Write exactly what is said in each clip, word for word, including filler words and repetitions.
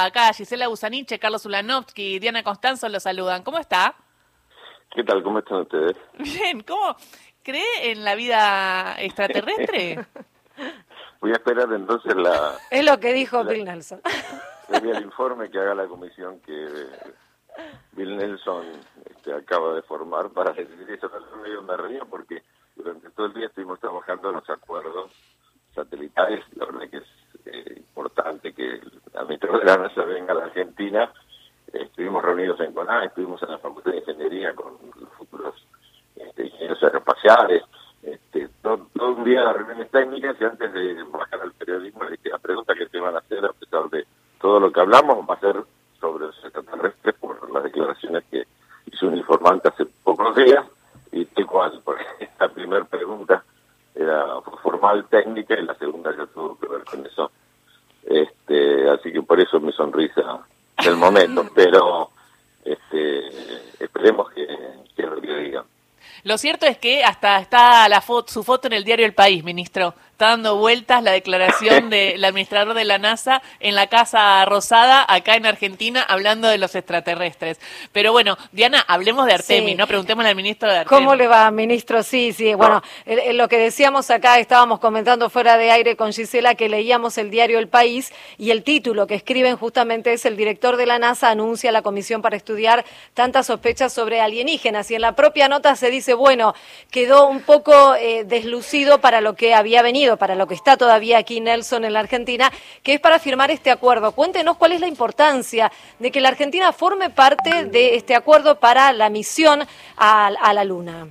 Acá Gisela Busaniche, Carlos Ulanovsky, Diana Constanzo los saludan. ¿Cómo está? ¿Qué tal? ¿Cómo están ustedes? Bien, ¿cómo? ¿Cree en la vida extraterrestre? Voy a esperar entonces la... Es lo que dijo la, Bill Nelson. el informe que haga la comisión que Bill Nelson este, acaba de formar para decidir eso. No me dio una reunión porque durante todo el día estuvimos trabajando en los acuerdos satelitales. La verdad que es eh, importante que la administrador de la NASA venga a la Argentina. Eh, estuvimos reunidos en CONAE, estuvimos en la Facultad de Ingeniería con los futuros este, ingenieros aeroespaciales. Este, todo, todo un día de reuniones técnicas y antes de bajar al periodismo le dije, la pregunta que se van a hacer a pesar de todo lo que hablamos va a ser sobre los extraterrestres por las declaraciones que hizo un informante hace pocos días y tal cual, porque la primera pregunta era formal técnica y la segunda ya tuvo que ver con eso. Este, así que por eso mi sonrisa del momento, pero este, esperemos que, que lo que digan. Lo cierto es que hasta está la foto, su foto en el diario El País, ministro. Está dando vueltas la declaración del administrador de la NASA en la Casa Rosada, acá en Argentina, hablando de los extraterrestres. Pero bueno, Diana, hablemos de Artemis, sí. ¿no? Preguntémosle al ministro de Artemis. ¿Cómo le va, ministro? Sí, sí. Bueno, el, el, lo que decíamos acá, estábamos comentando fuera de aire con Gisela, que leíamos el diario El País, y el título que escriben justamente es: el director de la NASA anuncia a la comisión para estudiar tantas sospechas sobre alienígenas. Y en la propia nota se dice, bueno, quedó un poco eh, deslucido para lo que había venido, para lo que está todavía aquí Nelson en la Argentina, que es para firmar este acuerdo. Cuéntenos cuál es la importancia de que la Argentina forme parte de este acuerdo para la misión a, a la Luna.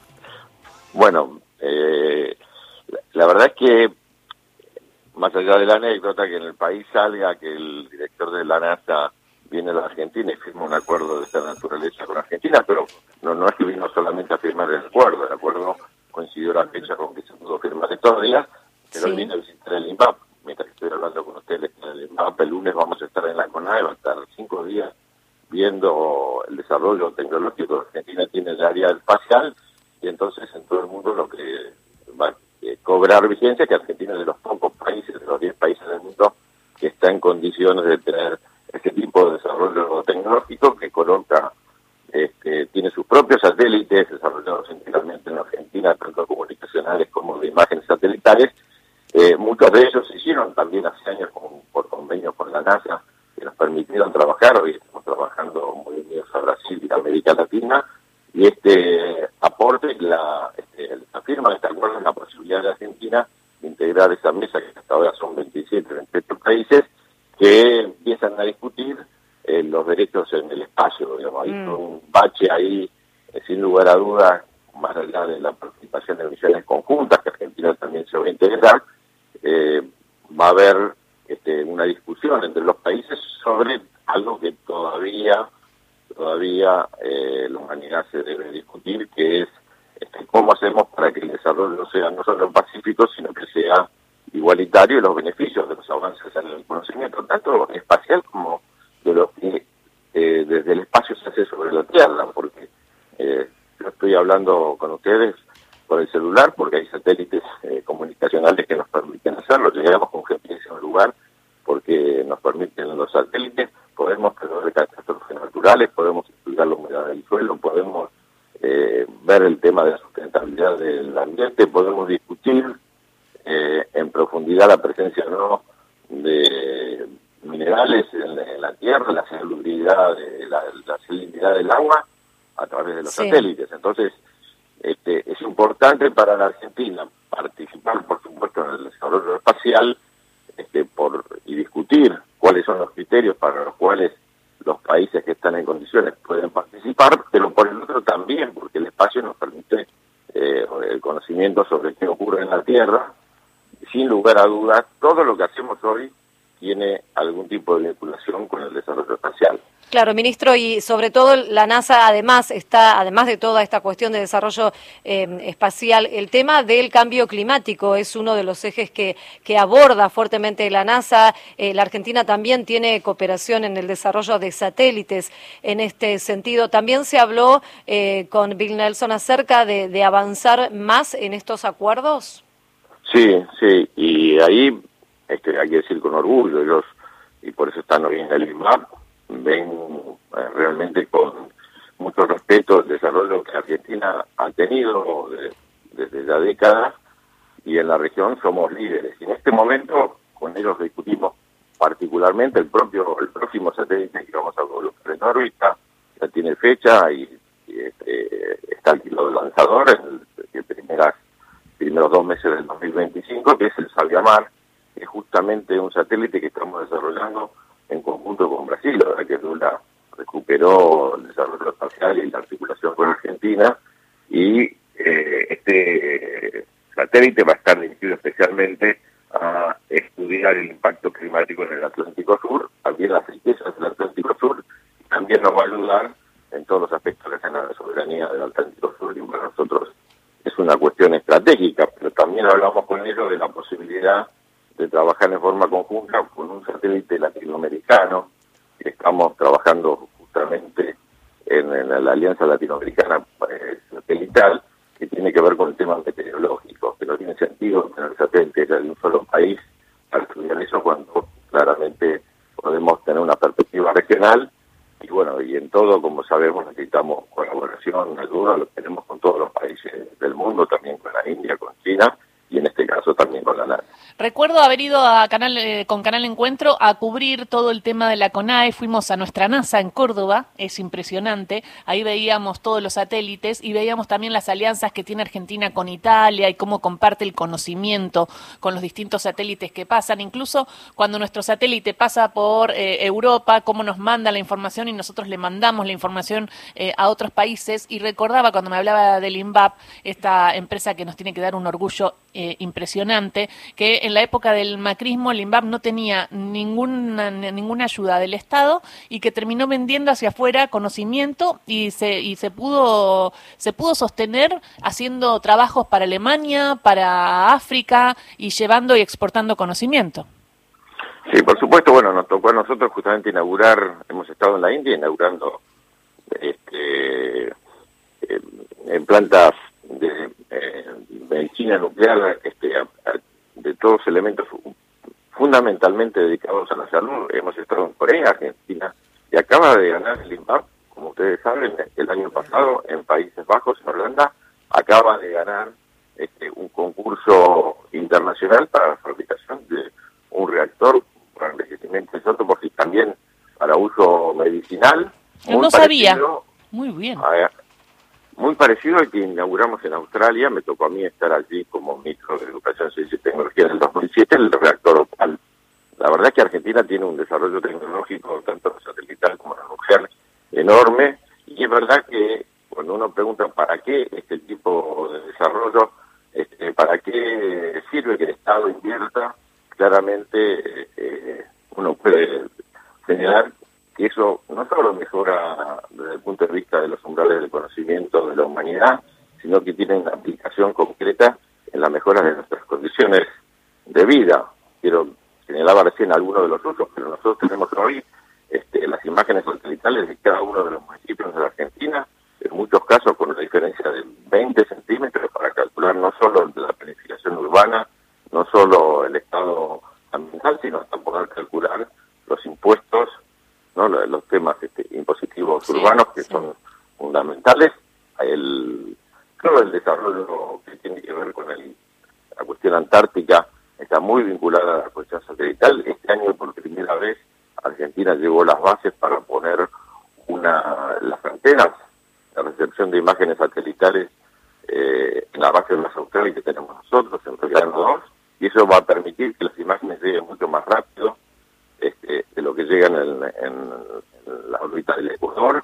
Bueno, eh, la, la verdad es que, más allá de la anécdota, que en el país salga que el director de la NASA viene a la Argentina y firma un acuerdo de esta naturaleza con Argentina, pero no, no es que vino solamente a firmar el acuerdo, el acuerdo coincidió la fecha con que se pudo firmar estos días, pero sí. Él viene a visitar el INVAP, mientras que estoy hablando con ustedes en el INVAP, el lunes vamos a estar en la CONAE, va a estar cinco días viendo el desarrollo tecnológico. Argentina tiene el área espacial y entonces en todo el mundo lo que va a cobrar vigencia es que Argentina es de los pocos países, de los diez países del mundo, que está en condiciones de tener este tipo de desarrollo tecnológico, que coloca, este, tiene sus propios satélites desarrollados integralmente en Argentina, tanto comunicacionales como de imágenes satelitales. Eh, muchos de ellos se hicieron también hace años con, por convenios con la NASA, que nos permitieron trabajar. Hoy estamos trabajando muy unidos a Brasil y a América Latina, y este aporte, la, este, la firma de este acuerdo es la posibilidad de Argentina de integrar esa mesa, que hasta ahora son veintisiete, veintiocho países, que empiezan a discutir eh, los derechos en el espacio. Digamos, hay mm. un bache ahí, eh, sin lugar a dudas, más allá de la participación de misiones conjuntas, que Argentina también se va a integrar, eh, va a haber este, una discusión entre los países sobre algo que todavía todavía eh, la humanidad se debe discutir, que es este, cómo hacemos para que el desarrollo sea no solo pacífico, sino que sea igualitario, y los beneficios de los avances en el conocimiento, tanto espacial como de lo que eh, desde el espacio se hace sobre la Tierra, porque eh, yo estoy hablando con ustedes por el celular, porque hay satélites eh, comunicacionales que nos permiten hacerlo. Llegamos con G P S a un lugar porque nos permiten los satélites, podemos prever catástrofes naturales, podemos estudiar la humedad del suelo, podemos eh, ver el tema de la sustentabilidad del ambiente, podemos discutir eh, en profundidad la presencia o no de minerales en, en la tierra, la salubridad, de, la, la salinidad del agua a través de los sí. satélites. Entonces, este, es importante para la Argentina participar, por supuesto, en el desarrollo espacial, este, por y discutir cuáles son los criterios para los cuales los países que están en condiciones pueden participar, pero por el otro también, porque el espacio nos permite eh, el conocimiento sobre qué ocurre en la Tierra. Sin lugar a dudas, todo lo que hacemos hoy tiene algún tipo de vinculación con el desarrollo espacial. Claro, ministro, y sobre todo la NASA además está, además de toda esta cuestión de desarrollo eh, espacial, el tema del cambio climático es uno de los ejes que, que aborda fuertemente la NASA. Eh, la Argentina también tiene cooperación en el desarrollo de satélites en este sentido. También se habló eh, con Bill Nelson acerca de, de avanzar más en estos acuerdos. Sí, sí, y ahí este, hay que decir con orgullo, ellos y por eso están hoy en el I N V A P, ven eh, realmente con mucho respeto el desarrollo que Argentina ha tenido de, desde ya décadas, y en la región somos líderes. Y en este momento con ellos discutimos particularmente el propio el próximo satélite que vamos a colocar en órbita, ya tiene fecha y, y este, está alquilado el lanzador en el primeras, primeros dos meses del dos mil veinticinco, que es el Sabiamar, que es justamente un satélite que estamos desarrollando en conjunto con Brasil. La verdad que Lula recuperó el desarrollo espacial y la articulación con Argentina, y eh, este satélite va a estar dirigido especialmente a estudiar el impacto climático en el Atlántico Sur, también las riquezas del Atlántico Sur, y también nos va a ayudar en todos los aspectos que hacen a la soberanía del Atlántico Sur, y para nosotros es una cuestión estratégica, pero también hablamos con ellos de la posibilidad de trabajar en forma conjunta con un satélite latinoamericano, que estamos trabajando justamente en, en la Alianza Latinoamericana eh, Satelital, que tiene que ver con el tema meteorológico, que no tiene sentido tener satélites de un solo país para estudiar eso cuando claramente podemos tener una perspectiva regional. Y bueno, y en todo, como sabemos, necesitamos colaboración, ayuda, lo tenemos con todos los países del mundo, también con la India, con China, y en este caso también con la NASA. Recuerdo haber ido a Canal eh, con Canal Encuentro a cubrir todo el tema de la CONAE. Fuimos a nuestra NASA en Córdoba, es impresionante. Ahí veíamos todos los satélites y veíamos también las alianzas que tiene Argentina con Italia y cómo comparte el conocimiento con los distintos satélites que pasan. Incluso cuando nuestro satélite pasa por eh, Europa, cómo nos manda la información y nosotros le mandamos la información eh, a otros países. Y recordaba cuando me hablaba del I N V A P, esta empresa que nos tiene que dar un orgullo eh, impresionante, que en la época del macrismo el I N V A P no tenía ninguna ninguna ayuda del Estado y que terminó vendiendo hacia afuera conocimiento y se y se pudo se pudo sostener haciendo trabajos para Alemania, para África y llevando y exportando conocimiento. Sí, por supuesto. Bueno, nos tocó a nosotros justamente inaugurar, hemos estado en la India inaugurando este eh, en plantas de eh, medicina nuclear, este, a, a, de todos elementos fundamentalmente dedicados a la salud. Hemos estado en Corea, Argentina, y acaba de ganar el I N V A P, como ustedes saben, el año pasado en Países Bajos, en Holanda, acaba de ganar este, un concurso internacional para la fabricación de un reactor para envejecimiento isótopos y también para uso medicinal. Yo no sabía. Muy bien. A, Muy parecido al que inauguramos en Australia. Me tocó a mí estar allí como ministro de Educación, Ciencia y Tecnología en el dos mil siete, el reactor Opal. La verdad es que Argentina tiene un desarrollo tecnológico, tanto satelital como nuclear, enorme, y es verdad que cuando uno pregunta para qué este tipo de desarrollo, este, para qué sirve que el Estado invierta, claramente eh, uno puede señalar que eso no solo mejora desde el punto de vista de los umbrales del conocimiento de la humanidad, sino que tiene una aplicación concreta en la mejora de nuestras condiciones de vida. Quiero señalaba recién algunos de los usos, pero nosotros tenemos hoy este, las imágenes satelitales de cada uno de los municipios de la Argentina, en muchos casos con una diferencia de veinte centímetros para calcular no solo la planificación urbana, no solo el estado ambiental, sino hasta poder calcular los impuestos, ¿no? Los temas este, impositivos sí, urbanos que sí. son fundamentales. El, creo el desarrollo que tiene que ver con el, la cuestión antártica está muy vinculada a la cuestión satelital. Este año por primera vez Argentina llevó las bases para poner una las antenas de recepción de imágenes satelitales eh, en la base más austral que tenemos nosotros, en Belgrano dos, y eso va a permitir que las imágenes lleguen mucho más rápido este, de lo que llegan en, en, en la órbita del Ecuador.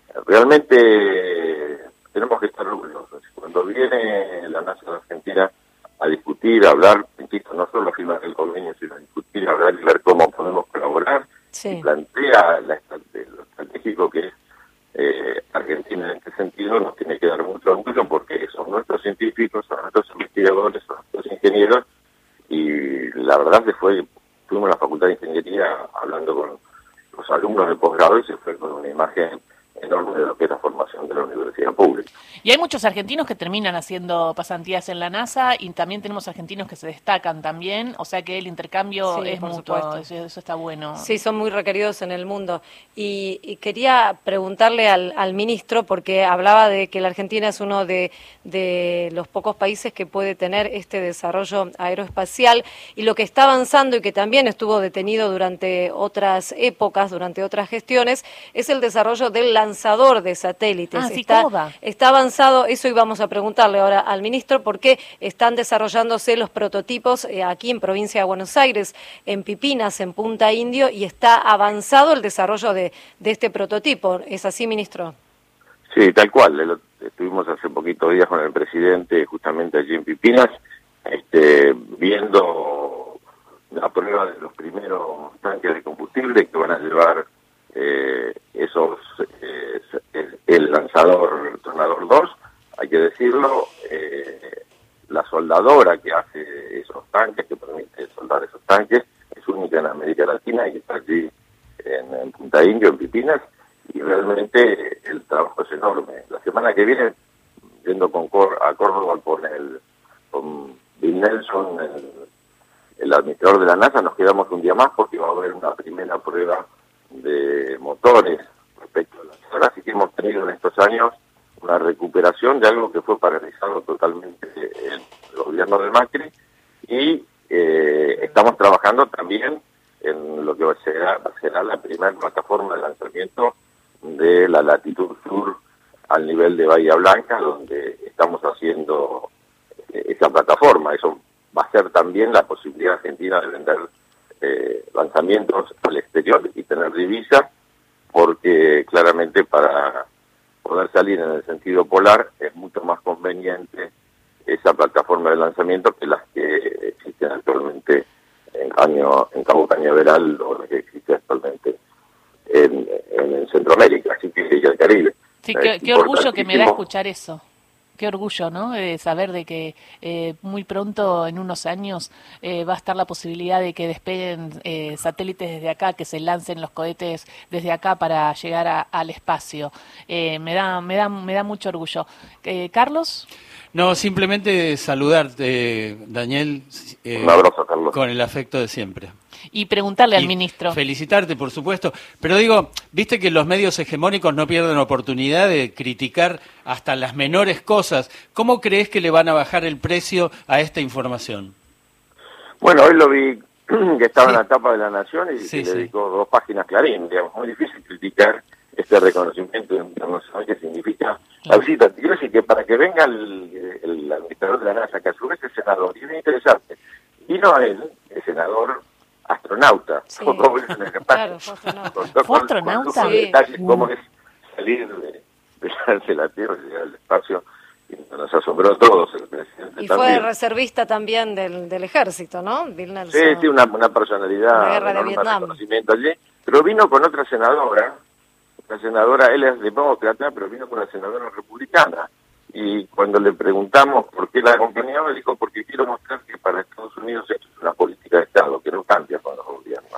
Realmente tenemos que estar orgullosos. Cuando viene la NASA de Argentina a discutir, a hablar, insisto, no solo a firmar el convenio, sino a discutir, a hablar y ver cómo podemos colaborar, sí. y plantea la, lo estratégico que es eh, Argentina en este sentido, nos tiene que dar mucho orgullo porque son nuestros científicos, son nuestros investigadores, son nuestros ingenieros, y la verdad se fue, fuimos a la Facultad de Ingeniería hablando con los alumnos de posgrado y se fue con una imagen enorme de lo que es la formación de la universidad pública. Y hay muchos argentinos que terminan haciendo pasantías en la NASA y también tenemos argentinos que se destacan también, o sea que el intercambio sí, es mutuo, eso, eso está bueno. Sí, son muy requeridos en el mundo. Y, y quería preguntarle al, al ministro, porque hablaba de que la Argentina es uno de, de los pocos países que puede tener este desarrollo aeroespacial y lo que está avanzando y que también estuvo detenido durante otras épocas, durante otras gestiones, es el desarrollo del lanzador de satélites. Ah, sí, está, ¿cómo va? está avanzado, eso íbamos a preguntarle ahora al ministro, porque están desarrollándose los prototipos eh, aquí en provincia de Buenos Aires, en Pipinas, en Punta Indio, y está avanzado el desarrollo de, de este prototipo. ¿Es así, ministro? Sí, tal cual. Estuvimos hace poquitos días con el presidente justamente allí en Pipinas, este, viendo la prueba de los primeros tanques de combustible que van a llevar eh, esos eh, el lanzador Tornador dos, hay que decirlo, eh, la soldadora que hace esos tanques, que permite soldar esos tanques, es única en América Latina y está allí en, en Punta Indio, en Pipinas, y realmente el trabajo es enorme. La semana que viene, yendo con Cor a Córdoba con el con Bill Nelson, el, el administrador de la NASA, nos quedamos un día más porque va a haber una primera prueba de motores respecto a la lanzadora, así que hemos tenido en estos años una recuperación de algo que fue paralizado totalmente en el gobierno de Macri, y eh, estamos trabajando también en lo que será, será la primera plataforma de lanzamiento de la latitud sur al nivel de Bahía Blanca, donde estamos haciendo esa plataforma. Eso va a ser también la posibilidad argentina de vender eh, lanzamientos al exterior y tener divisa, porque claramente para poder salir en el sentido polar es mucho más conveniente esa plataforma de lanzamiento que las que existen actualmente en, Caño, en Cabo Cañaveral o las que existe actualmente en, en Centroamérica, así que y el Caribe. Sí, qué, qué orgullo que me da escuchar eso. Qué orgullo, ¿no? De saber de que eh, muy pronto, en unos años, eh, va a estar la posibilidad de que despeguen eh, satélites desde acá, que se lancen los cohetes desde acá para llegar a, al espacio. Eh, me da, me da, me da mucho orgullo. Eh, ¿Carlos? No, simplemente saludarte, Daniel. Eh, Un abrazo, Carlos. Con el afecto de siempre. Y preguntarle al y ministro. Felicitarte, por supuesto. Pero digo, viste que los medios hegemónicos no pierden oportunidad de criticar hasta las menores cosas. ¿Cómo crees que le van a bajar el precio a esta información? Bueno, hoy lo vi que estaba Sí. en la tapa de La Nación y Sí, le sí. dedicó dos páginas Clarín. Digamos, muy difícil criticar este reconocimiento internacional que significa la visita. Quiero decir que para que venga el, el administrador de la NASA, que a su vez es senador, y es interesante, vino a él, el senador astronauta, Sí. fue dos veces en el espacio. Claro, fue astronauta. Con- con- ¿Fue con astronauta? lujo de Sí. detalles, cómo es salir de, de, de la Tierra y llegar al espacio. Y nos asombró a todos, el presidente Y fue también. reservista también del, del ejército, ¿no? Bill Nelson. Sí, sí, una, una personalidad, La guerra de enorme Vietnam. reconocimiento allí, pero vino con otra senadora, una senadora, él es demócrata, pero vino con una senadora republicana, y cuando le preguntamos por qué la acompañaba, dijo, porque quiero mostrar que para Estados Unidos esto es una política de Estado, que no cambia con los gobiernos.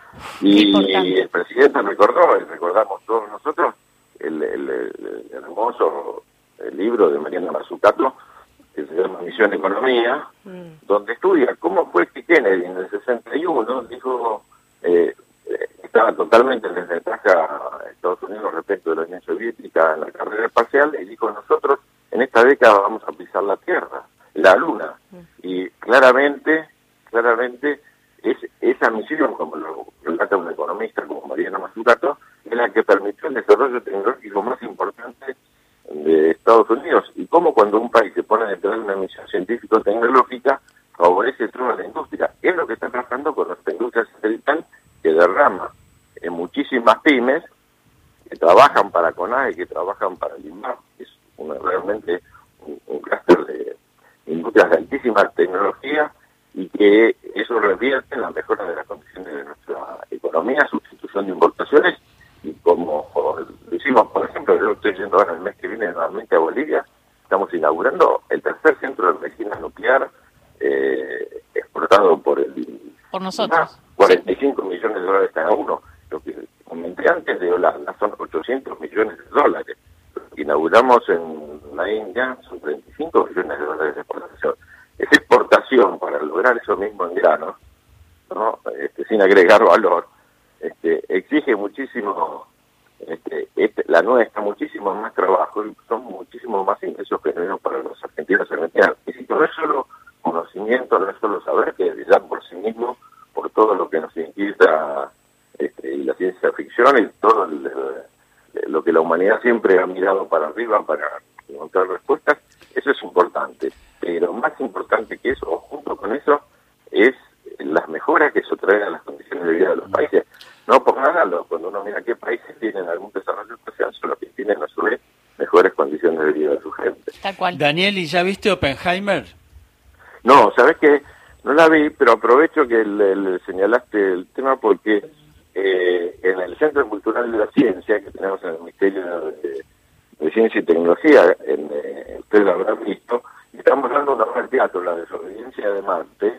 Y importante. el presidente recordó, y recordamos todos nosotros, el, el, el hermoso el libro de Mariana Mazzucato, que se llama Misión Economía, Mm. donde estudia cómo fue que Kennedy en el sesenta y uno dijo eh, eh, estaba totalmente en desventaja a Estados Unidos respecto de la Unión Soviética en la carrera espacial, y dijo, nosotros en esta década vamos a pisar la Tierra, la Luna, y claramente, claramente es esa misión, como lo relata un economista como Mariana Mazzucato, es la que permitió el desarrollo tecnológico más importante de Estados Unidos, y cómo cuando un país se pone detrás de una misión científico-tecnológica favorece toda la industria. Es lo que está pasando con nuestra industria satelital, que derrama en muchísimas pymes que trabajan para CONAE, que trabajan para el INMAP, que es una, realmente un, un clúster de industrias de altísima tecnología, y que eso revierte en la mejora de las condiciones de nuestra economía, sustitución de importaciones, y como lo hicimos, por ejemplo, yo estoy yendo ahora el mes que viene nuevamente a Bolivia, estamos inaugurando el tercer centro de medicina nuclear eh, exportado por el Por nosotros. cuarenta y cinco millones de dólares cada uno, lo que comenté estudiantes de Holanda son ochocientos millones de dólares. Lo que inauguramos en la India son treinta y cinco millones de dólares de exportación. Esa exportación, para lograr eso mismo en grano, ¿no? Este, sin agregar valor, este, exige muchísimo, este, este, la nuestra, muchísimo más trabajo y son muchísimos más ingresos genuinos para los argentinos y argentinas. Y si no es solo conocimiento, no es solo saber, que ya por sí mismo, por todo lo que nos inquieta este, y la ciencia ficción y todo el, el, lo que la humanidad siempre ha mirado para arriba para encontrar respuestas, eso es importante. Pero más importante que eso, o junto con eso, es las mejoras que eso trae a las condiciones de vida de los países. No por nada, lo, cuando uno mira qué países tienen algún desarrollo social, son los que tienen a su vez mejores condiciones de vida de su gente. Tal cual. Daniel, ¿y ya viste Oppenheimer? No, ¿sabés qué? No la vi, pero aprovecho que le, le señalaste el tema porque eh, en el Centro Cultural de la Ciencia que tenemos en el Ministerio de, de Ciencia y Tecnología, en, eh, usted lo habrá visto, estamos dando una obra de teatro, La desobediencia de Marte,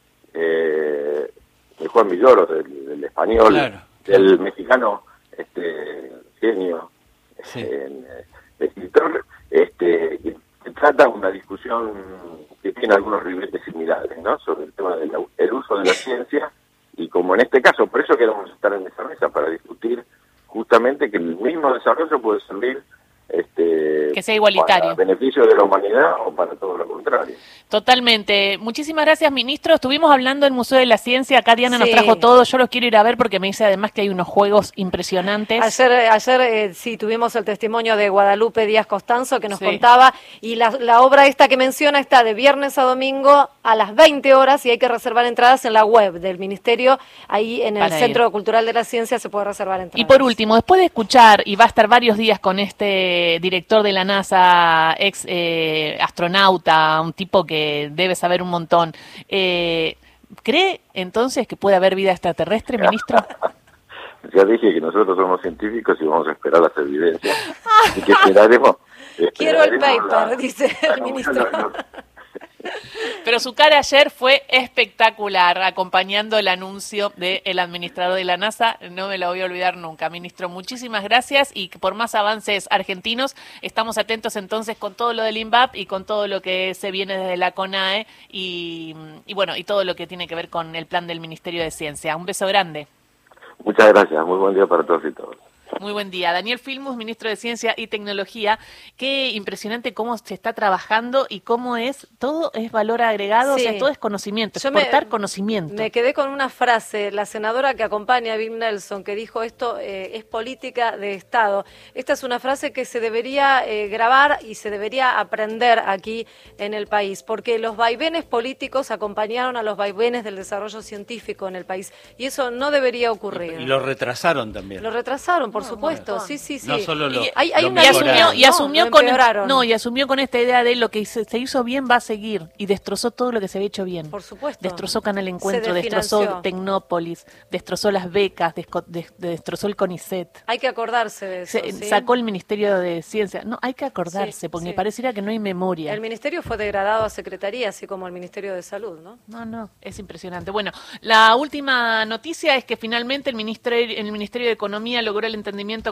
eh, de Juan Villoro, del, del español, claro, del claro. mexicano, este genio, Sí. eh, escritor, este que, que trata una discusión que tiene algunos ribetes similares, ¿no? Sobre el tema del el uso de la ciencia y como en este caso, por eso queremos estar en esa mesa para discutir justamente que el mismo desarrollo puede servir este, que sea igualitario, para beneficio de la humanidad o para todo lo contrario. Totalmente. Muchísimas gracias, ministro. Estuvimos hablando del Museo de la Ciencia. Acá Diana Sí. nos trajo todo. Yo los quiero ir a ver porque me dice además que hay unos juegos impresionantes. Ayer, ayer eh, sí tuvimos el testimonio de Guadalupe Díaz Costanzo que nos Sí. contaba, y la, la obra esta que menciona está de viernes a domingo a las veinte horas y hay que reservar entradas en la web del Ministerio. Ahí en el Para Centro ir. Cultural de la Ciencia se puede reservar entradas. Y por último, después de escuchar, y va a estar varios días con este director de la NASA, ex eh, astronauta, un tipo que debe saber un montón, eh, ¿cree entonces que puede haber vida extraterrestre, ministro? Ya dije que nosotros somos científicos y vamos a esperar las evidencias. Así que esperaremos. Quiero el esperaremos paper, la- dice el ministro. Lo- lo- Pero su cara ayer fue espectacular, acompañando el anuncio del administrador de la NASA. No me lo voy a olvidar nunca. Ministro, muchísimas gracias y por más avances argentinos, estamos atentos entonces con todo lo del INVAP y con todo lo que se viene desde la CONAE y, y bueno, y todo lo que tiene que ver con el plan del Ministerio de Ciencia. Un beso grande. Muchas gracias. Muy buen día para todos y todas. Muy buen día. Daniel Filmus, ministro de Ciencia y Tecnología. Qué impresionante cómo se está trabajando y cómo es, todo es valor agregado, Sí. o sea, todo es conocimiento, Yo me- exportar conocimiento. Me quedé con una frase, la senadora que acompaña a Bill Nelson, que dijo esto eh, es política de Estado. Esta es una frase que se debería eh, grabar y se debería aprender aquí en el país, porque los vaivenes políticos acompañaron a los vaivenes del desarrollo científico en el país, y eso no debería ocurrir. Y lo retrasaron también. Lo retrasaron, por supuesto, sí, sí, sí. No solo lo, Y- hay- hay lo una y mejoraron. asumió, mejoraron. y No, asumió lo con empeoraron. no y asumió con esta idea de lo que se, se hizo bien va a seguir y destrozó todo lo que se había hecho bien. Por supuesto. Destrozó Canal Encuentro, Se destrozó desfinanció. Tecnópolis, destrozó las becas, desco- des- destrozó el CONICET. Hay que acordarse de eso. Se- ¿sí? Sacó el Ministerio de Ciencia. No, hay que acordarse, Sí, porque sí. me pareciera que no hay memoria. El ministerio fue degradado a secretaría, así como el Ministerio de Salud, ¿no? No, no, es impresionante. Bueno, la última noticia es que finalmente el Ministerio, el Ministerio de Economía logró el entendimiento